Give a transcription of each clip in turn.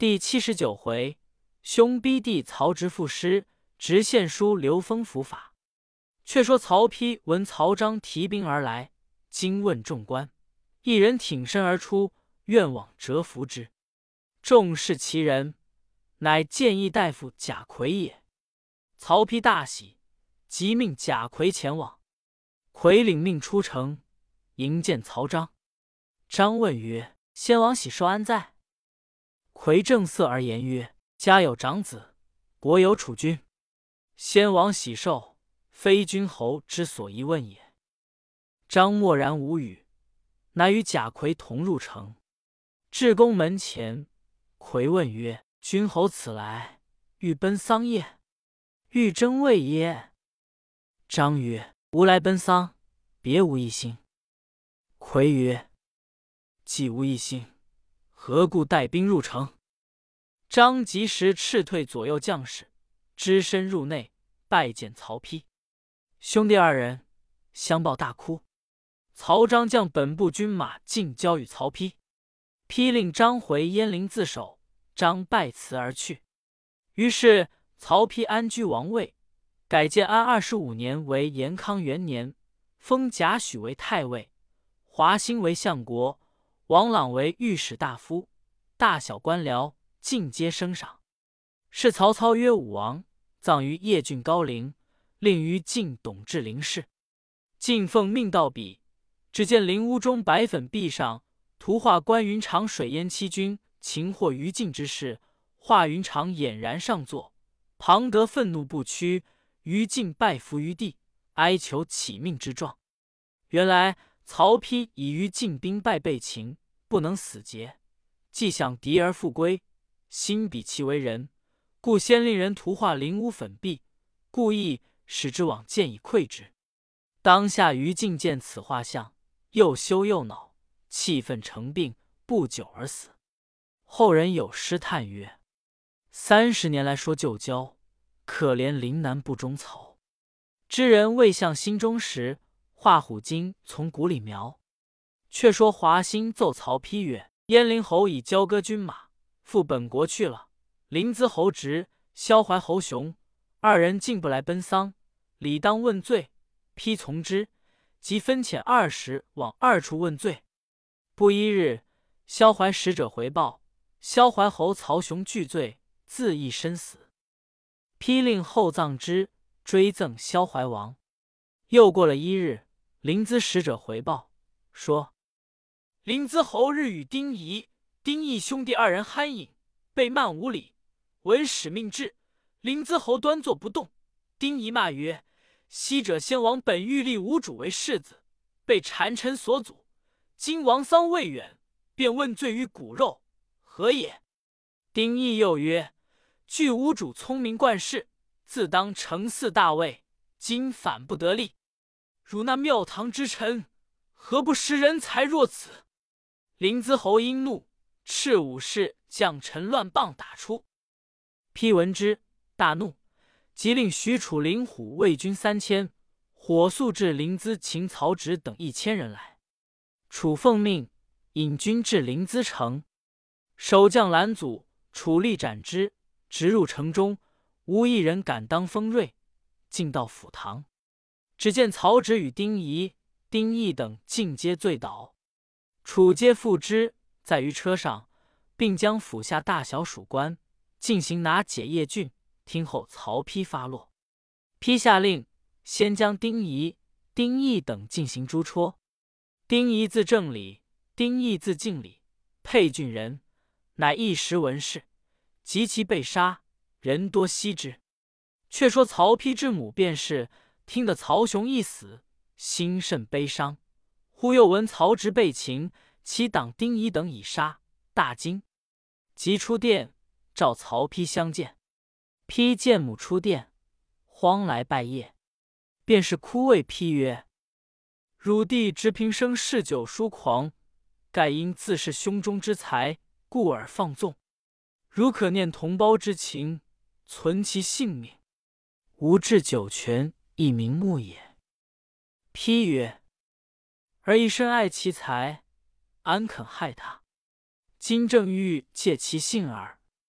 第79回，兄逼弟曹植赋诗，直献书刘封伏法。却说曹丕闻曹彰提兵而来，惊问众官，一人挺身而出，愿往折伏之。众视其人，乃谏议大夫贾逵也。曹丕大喜，即命贾逵前往。逵领命出城，迎见曹彰。彰问曰：“先王喜寿安在？”逵正色而言曰：“家有长子，国有储君。先王喜寿，非君侯之所宜问也。”彰默然无语，乃与贾逵同入城。至宫门前，逵问曰：“君侯此来，欲奔丧业？欲征魏耶？”彰曰：“吾来奔丧，别无一心。”逵曰：“既无一心，何故带兵入城？”张及时斥退左右将士，只身入内，拜见曹丕。兄弟二人相抱大哭。曹彰将本部军马尽交与曹丕，丕令张回鄢陵自守，张拜辞而去。于是曹丕安居王位，改建安25年为延康元年，封贾诩为太尉，华歆为相国，王朗为御史大夫，大小官僚尽皆升赏。是曹操曰武王，葬于邺郡高陵，令于晋董治陵事。晋奉命到彼，只见陵屋中白粉壁上图画关云长水淹七军，擒获于禁之事，画云长俨然上座，庞德愤怒不屈，于禁拜伏于地，哀求起命之状。原来曹丕以于禁兵败被擒，不能死节，既想敌而复归，心比其为人，故先令人图画陵屋粉壁，故意使之往见以窥之。当下于禁见此画像，又羞又恼，气愤成病，不久而死。后人有诗叹曰：“30年来说旧交，可怜陵南不中草。知人未向心中时，画虎精从骨里苗。”却说华歆奏曹丕曰：“鄢陵侯已交割军马，赴本国去了。临淄侯直、萧怀侯雄二人竟不来奔丧，理当问罪。”丕从之，即分遣20往2处问罪。不一日，萧怀使者回报，萧怀侯曹雄拒罪，自缢身死。丕令厚葬之，追赠萧怀王。又过了1日，临淄使者回报说，临淄侯日与丁义兄弟2人酣饮，被慢5里，闻使命至，临淄侯端坐不动。丁仪骂曰：“昔者先王本欲立吾主为世子，被谗臣所阻，今王丧未远，便问罪于骨肉，何也？”丁义又曰：“据吾主聪明冠世，自当承嗣大位，今反不得力。汝那庙堂之臣，何不识人才若此？”临淄侯因怒，斥武士将陈乱棒打出。丕闻之，大怒，即令许褚、林虎卫军3000，火速至临淄擒曹植等1000人来。褚奉命引军至临淄城，守将拦阻，褚力斩之，直入城中，无一人敢当锋锐。进到府堂，只见曹植与丁仪、丁义等尽皆醉倒。褚皆缚之，在于车上，并将府下大小属官进行拿解邺郡，听候曹丕发落。丕下令先将丁仪、丁义等进行诛戳。丁仪字正礼，丁义字敬礼，沛郡人，乃一时文士，及其被杀，人多惜之。却说曹丕之母卞氏听得曹雄一死，心甚悲伤。忽又闻曹植被擒，其党丁仪等已杀，大惊，即出殿召曹丕相见。丕见母出殿，慌来拜谒。便是哭谓丕曰：“汝弟直平生嗜酒疏狂，盖因自是胸中之才，故而放纵。如可念同胞之情，存其性命，吾置酒泉以明目也。”丕曰：“儿一深爱其才，安肯害他？今正欲借其性耳。”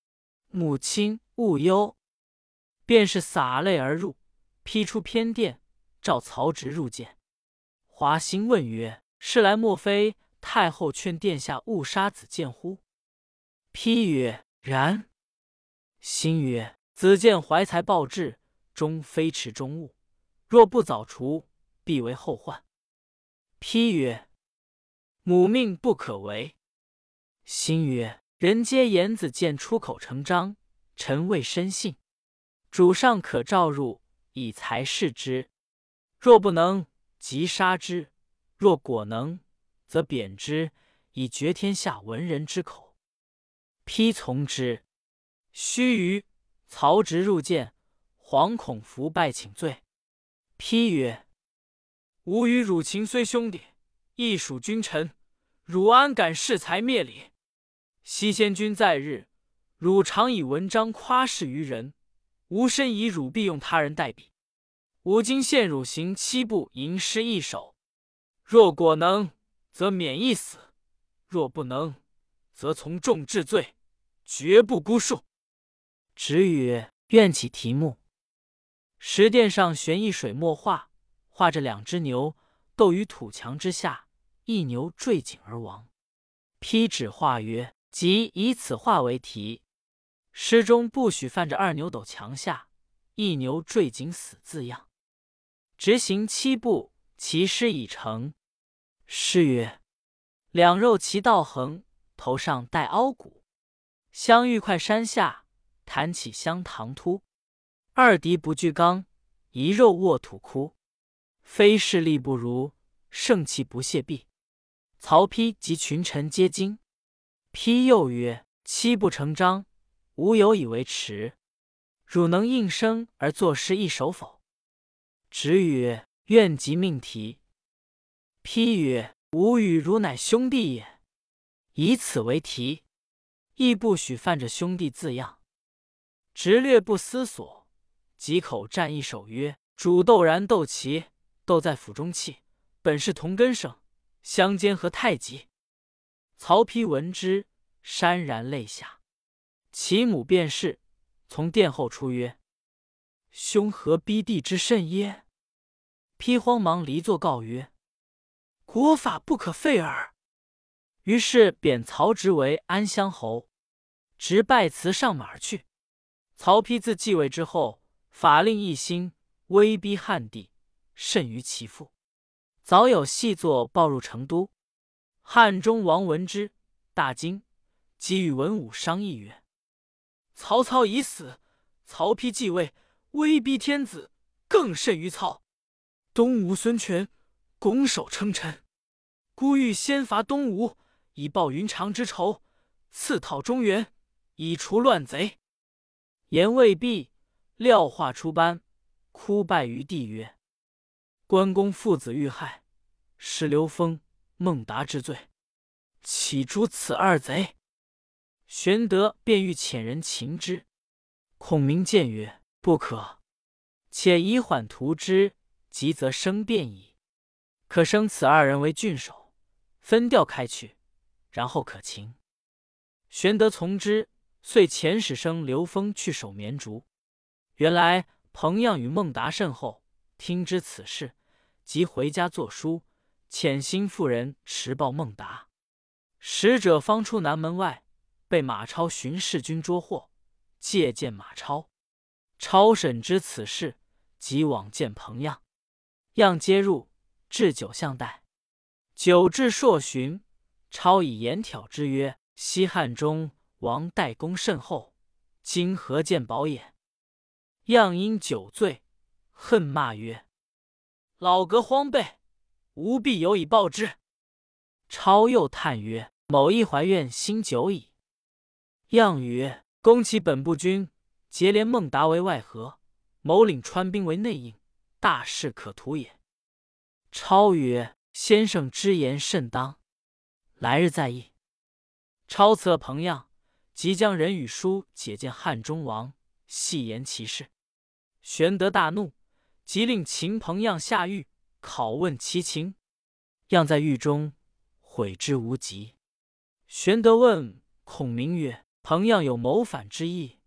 母亲勿忧。”便是洒泪而入，披出偏殿，召曹植入见。华歆问曰：“是来莫非太后劝殿下勿杀子建乎？”丕曰：“然。”歆曰：“子建怀才暴志，终非持中物，若不早除，必为后患。”丕曰：“母命不可违。”歆曰：“人皆言子建出口成章，臣未深信。主上可召入，以才试之。若不能，即杀之；若果能，则贬之，以绝天下文人之口。”丕从之。须臾，曹植入见，惶恐伏拜请罪。丕曰：“吾与汝情虽兄弟，亦属君臣，汝安敢恃才灭礼？昔先君在日，汝常以文章夸示于人，吾深以汝必用他人代笔。吾今献汝行7部吟诗1首，若果能，则免一死；若不能，则从重治罪，绝不辜恕。”植曰：“愿起题目。”石殿上悬一水墨画，画着2只牛斗于土墙之下，一牛坠井而亡。丕指画曰：“即以此画为题，诗中不许犯着2牛斗墙下，一牛坠井死字样。执行7部，其诗已成。”诗曰：“两肉齐道横，头上戴凹骨。相遇快山下，弹起香堂突。二敌不惧刚，一肉卧土窟。非势力不如，盛气不泄臂。”曹丕及群臣皆惊。丕又曰：“7部成章，吾有以为迟。汝能应声而作诗1首否？”植曰：“愿即命题。”丕曰：“吾与汝乃兄弟也，以此为题，亦不许犯着兄弟字样。”直略不思索，几口战1首曰：“主斗然斗齐，斗在府中泣。本是同根生，相煎何太急。”曹丕闻之，潸然泪下。其母便是，从殿后出曰：“兄何逼弟之甚耶？”丕慌忙离座告曰：“国法不可废耳。”于是贬曹植为安乡侯，植拜辞上马去。曹丕自继位之后，法令一新，威逼汉地，甚于其父。早有细作报入成都。汉中王闻之，大惊，即与文武商议曰：“曹操已死，曹丕继位，威逼天子，更甚于操。东吴孙权拱手称臣，孤欲先伐东吴，以报云长之仇，次讨中原，以除乱贼。”言未毕，廖化出班，哭拜于地曰：“关公父子遇害，施刘封、孟达之罪，岂诛此2贼？”玄德便欲遣人擒之。孔明谏曰：“不可，且以缓图之，急则生变矣。可升此2人为郡守，分调开去，然后可擒。”玄德从之，遂遣使生刘封去守绵竹。原来彭样与孟达甚厚，听知此事，即回家作书，遣心腹人持报孟达。使者方出南门外，被马超巡视军捉获，借见马超。超审知此事，即往见彭样。样接入，置酒相待。酒至朔旬，超以言挑之曰：“西汉中王代公甚厚，今何见宝也？”样因酒醉，恨骂曰：“老革荒悖，吾必有以报之。”超又叹曰：“某亦怀怨心久矣。”样曰：“公其本不君，结连孟达为外合，谋领川兵为内应，大事可图也。”超曰：“先生之言甚当，来日再议。”超辞了彭样，即将人与书解见汉中王，细言其事。玄德大怒，即令擒彭样下狱，拷问其情。样在狱中悔之无及。玄德问孔明曰：“彭样有谋反之意，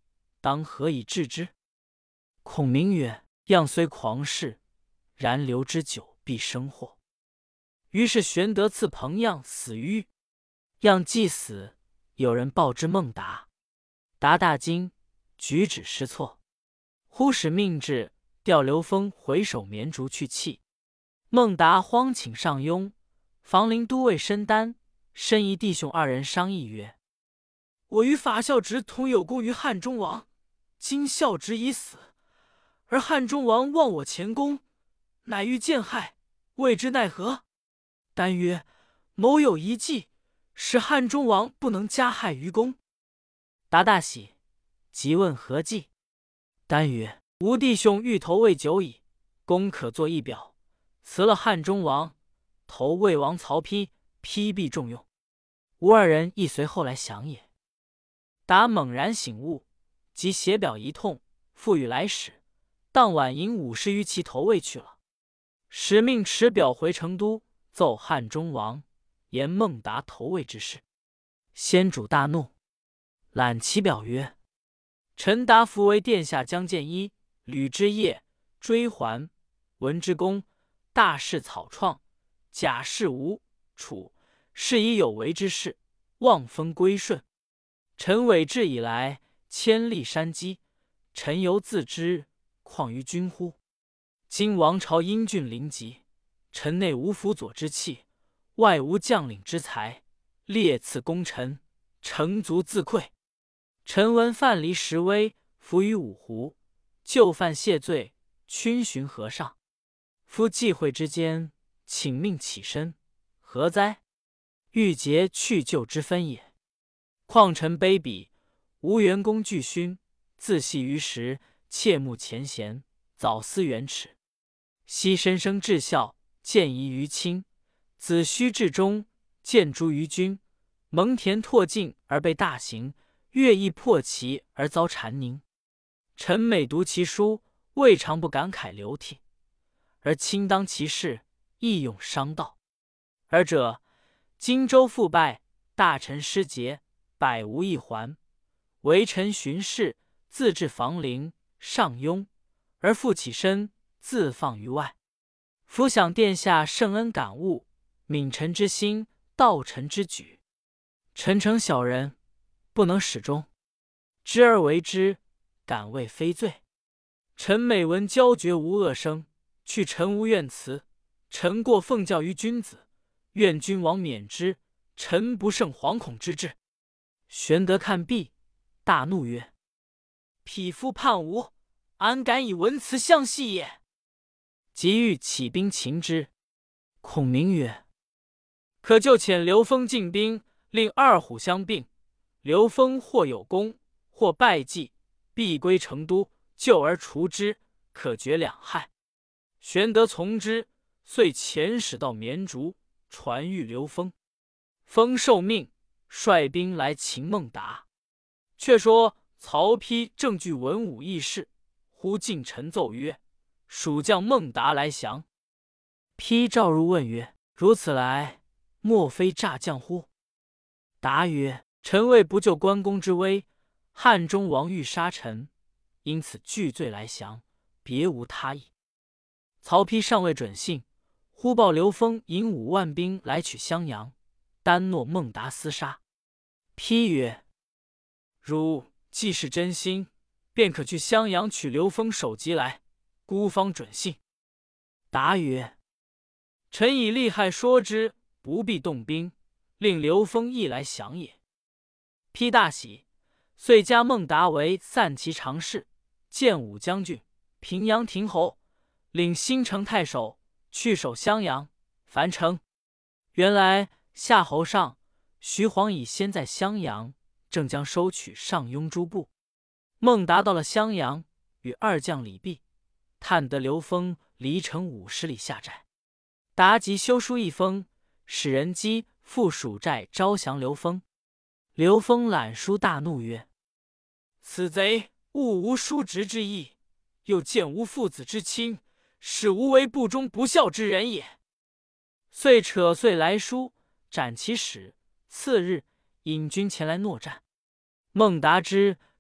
当何以治之？”孔明曰：“样虽狂士，然留之久，必生祸。”于是玄德赐彭样死于狱。样既死，有人报之孟达。达大惊，举止失措，忽使命至，调刘封回守绵竹去弃。孟达慌请上庸、房陵都尉申丹、申仪弟兄二人商议曰：“我与法孝直同有功于汉中王，今孝直已死，而汉中王忘我前功，乃欲见害，未知奈何？”丹曰：“某有一计，使汉中王不能加害于公。”达大喜，即问何计。丹曰：“吾弟兄欲投魏久矣，公可作一表，辞了汉中王，投魏王曹丕，丕必重用。”吾二人亦随后来降也。达猛然醒悟，即写表一通，付与来使，当晚引50余骑投魏去了。使命持表回成都，奏汉中王，言孟达投魏之事。先主大怒，览其表曰：“臣达服为殿下将建一、吕之业、追还、文之功，大事草创，假事吴、楚，是以有为之事，望风归顺。臣委治以来，千历山积，臣犹自知，况于君乎？今王朝英俊临极，臣内无辅佐之器，外无将领之才，列次功臣，诚足自愧。臣闻范蠡时威，伏于五湖，就犯谢罪，逡巡河上。夫忌讳之间，请命起身，何哉？欲结去旧之分也。况臣卑鄙，无元功俱勋，自系于时，切慕前贤，早思远耻。昔申生至孝，见疑于亲；子虚至忠，见诛于君。蒙恬拓进而被大刑，乐毅破齐而遭谗佞。臣每读其书，未尝不感慨流涕，而卿当其事，亦用商道。尔者荆州复败，大臣失节，百无一还，为臣巡视，自至房陵、上庸，而复起身，自放于外。伏想殿下圣恩感悟，悯臣之心，道臣之举。臣诚小人，不能始终，知而为之，敢谓非罪。臣每闻交绝无恶声，去臣无怨辞。臣过奉教于君子，愿君王免之。臣不胜惶恐之至。玄德看毕，大怒曰：“匹夫叛吴，安敢以文辞相戏也！”即欲起兵擒之。孔明曰：“可就遣刘封进兵，令二虎相并。刘封或有功，或败绩，必归成都，救而除之，可绝两害。”玄德从之，遂遣使到绵竹，传谕刘封。封受命，率兵来擒孟达。却说曹丕正具文武议事，忽近臣奏曰：“蜀将孟达来降。”丕召入问曰：“如此来，莫非诈降乎？”答曰：“臣为不救关公之危，汉中王欲杀臣，因此拒罪来降，别无他意。”曹丕尚未准信，忽报刘封引5万兵来取襄阳，单诺孟达厮杀。丕曰：“汝既是真心，便可去襄阳取刘封首级来，孤方准信。”答曰：“臣以利害说之，不必动兵，令刘封亦来降也。”丕大喜，遂加孟达为散骑常侍、建武将军、平阳亭侯，领新城太守，去守襄阳、樊城。原来夏侯尚、徐晃已先在襄阳，正将收取上庸诸部。孟达到了襄阳，与二将李毕探得刘封离城50里下寨。达即修书一封，使人击赴蜀寨招降刘封。刘封览书大怒曰：“此贼误吾叔侄之意，又见吾父子之亲，使吾为不忠不孝之人也。”遂扯碎来书，斩其使。次日引军前来搦战。孟达知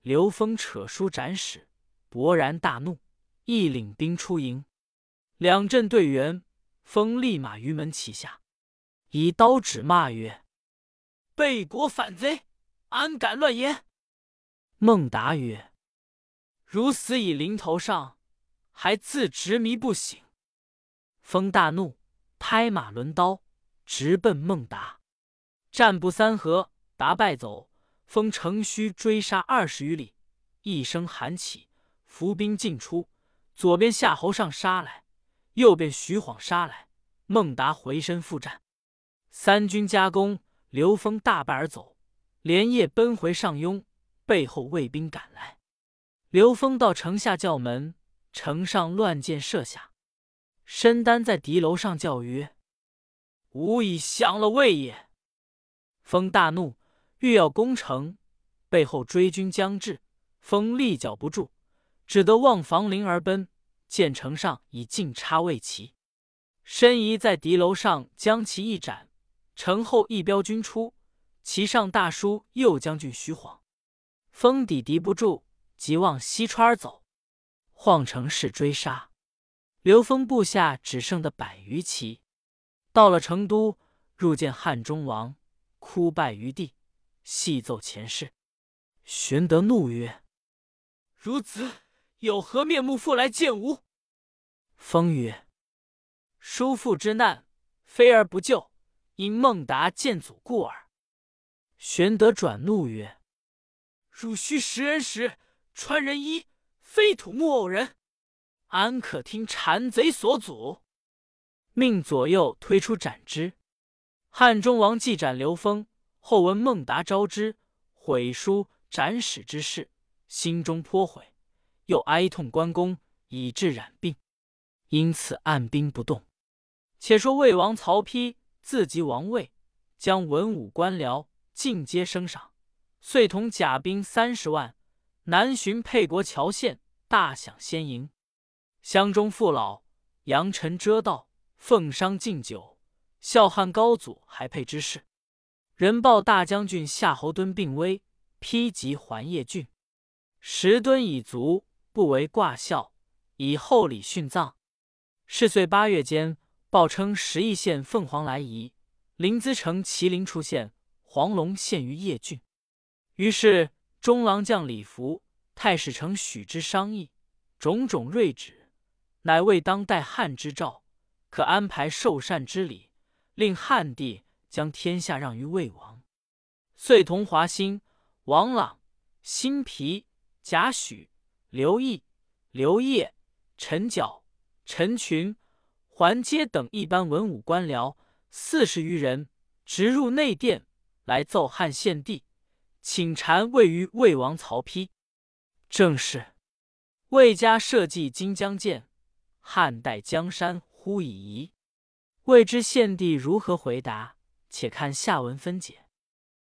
刘封扯书斩使，勃然大怒，亦领兵出营。两阵对圆，封立马于门旗下，以刀指骂曰：“背国反贼，安敢乱言！”孟达曰：“如死以临头上，还自执迷不醒。”封大怒，拍马抡刀，直奔孟达。战不三合，达败走。封乘虚追杀20余里，一声喊起，伏兵尽出，左边夏侯尚杀来，右边徐晃杀来。孟达回身复战，三军夹攻，刘封大败而走，连夜奔回上庸，背后卫兵赶来。刘封到城下叫门，城上乱箭射下。申丹在敌楼上叫曰：“吾已降了魏也！”封大怒，欲要攻城，背后追军将至，封立脚不住，只得望房陵而奔。见城上已尽插魏旗，申仪在敌楼上将其一斩，城后一彪军出，其上大书右将军徐晃。封抵敌不住，即往西川而走。晃乘势追杀，刘封部下只剩的100余骑。到了成都，入见汉中王，哭拜于地，细奏前事。玄德怒曰：“孺子有何面目复来见吾？”封曰：“叔父之难，非而不救，因孟达见阻故耳。”玄德转怒曰：“汝须识人时，穿人衣，非土木偶人，安可听谗贼所阻？”命左右推出斩之。汉中王既斩刘封，后闻孟达招之，悔书斩使之事，心中颇悔，又哀痛关公，以致染病，因此按兵不动。且说魏王曹丕自即王位，将文武官僚尽皆升赏，遂同甲兵30万，南巡沛国谯县，大享先营。乡中父老，扬尘遮道，奉觞敬酒，孝汉高祖还配之事。人报大将军夏侯惇病危，披疾还邺郡。时敦已卒，不为挂孝，以厚礼殉葬。是岁8月间，报称10邑县凤凰来仪，临淄城麒麟出现，黄龙现于邺郡。于是中郎将李福、太史丞许之商议，种种睿旨，乃为当代汉之诏，可安排受禅之礼，令汉帝将天下让于魏王。遂同华歆、王朗、辛毗、贾诩、刘毅、刘烨、陈角、陈群、桓阶等一般文武官僚40余人，直入内殿，来奏汉献帝，请禅位于魏王曹丕。正是魏家社稷今将建，汉代江山忽已移。未知献帝如何回答，且看下文分解。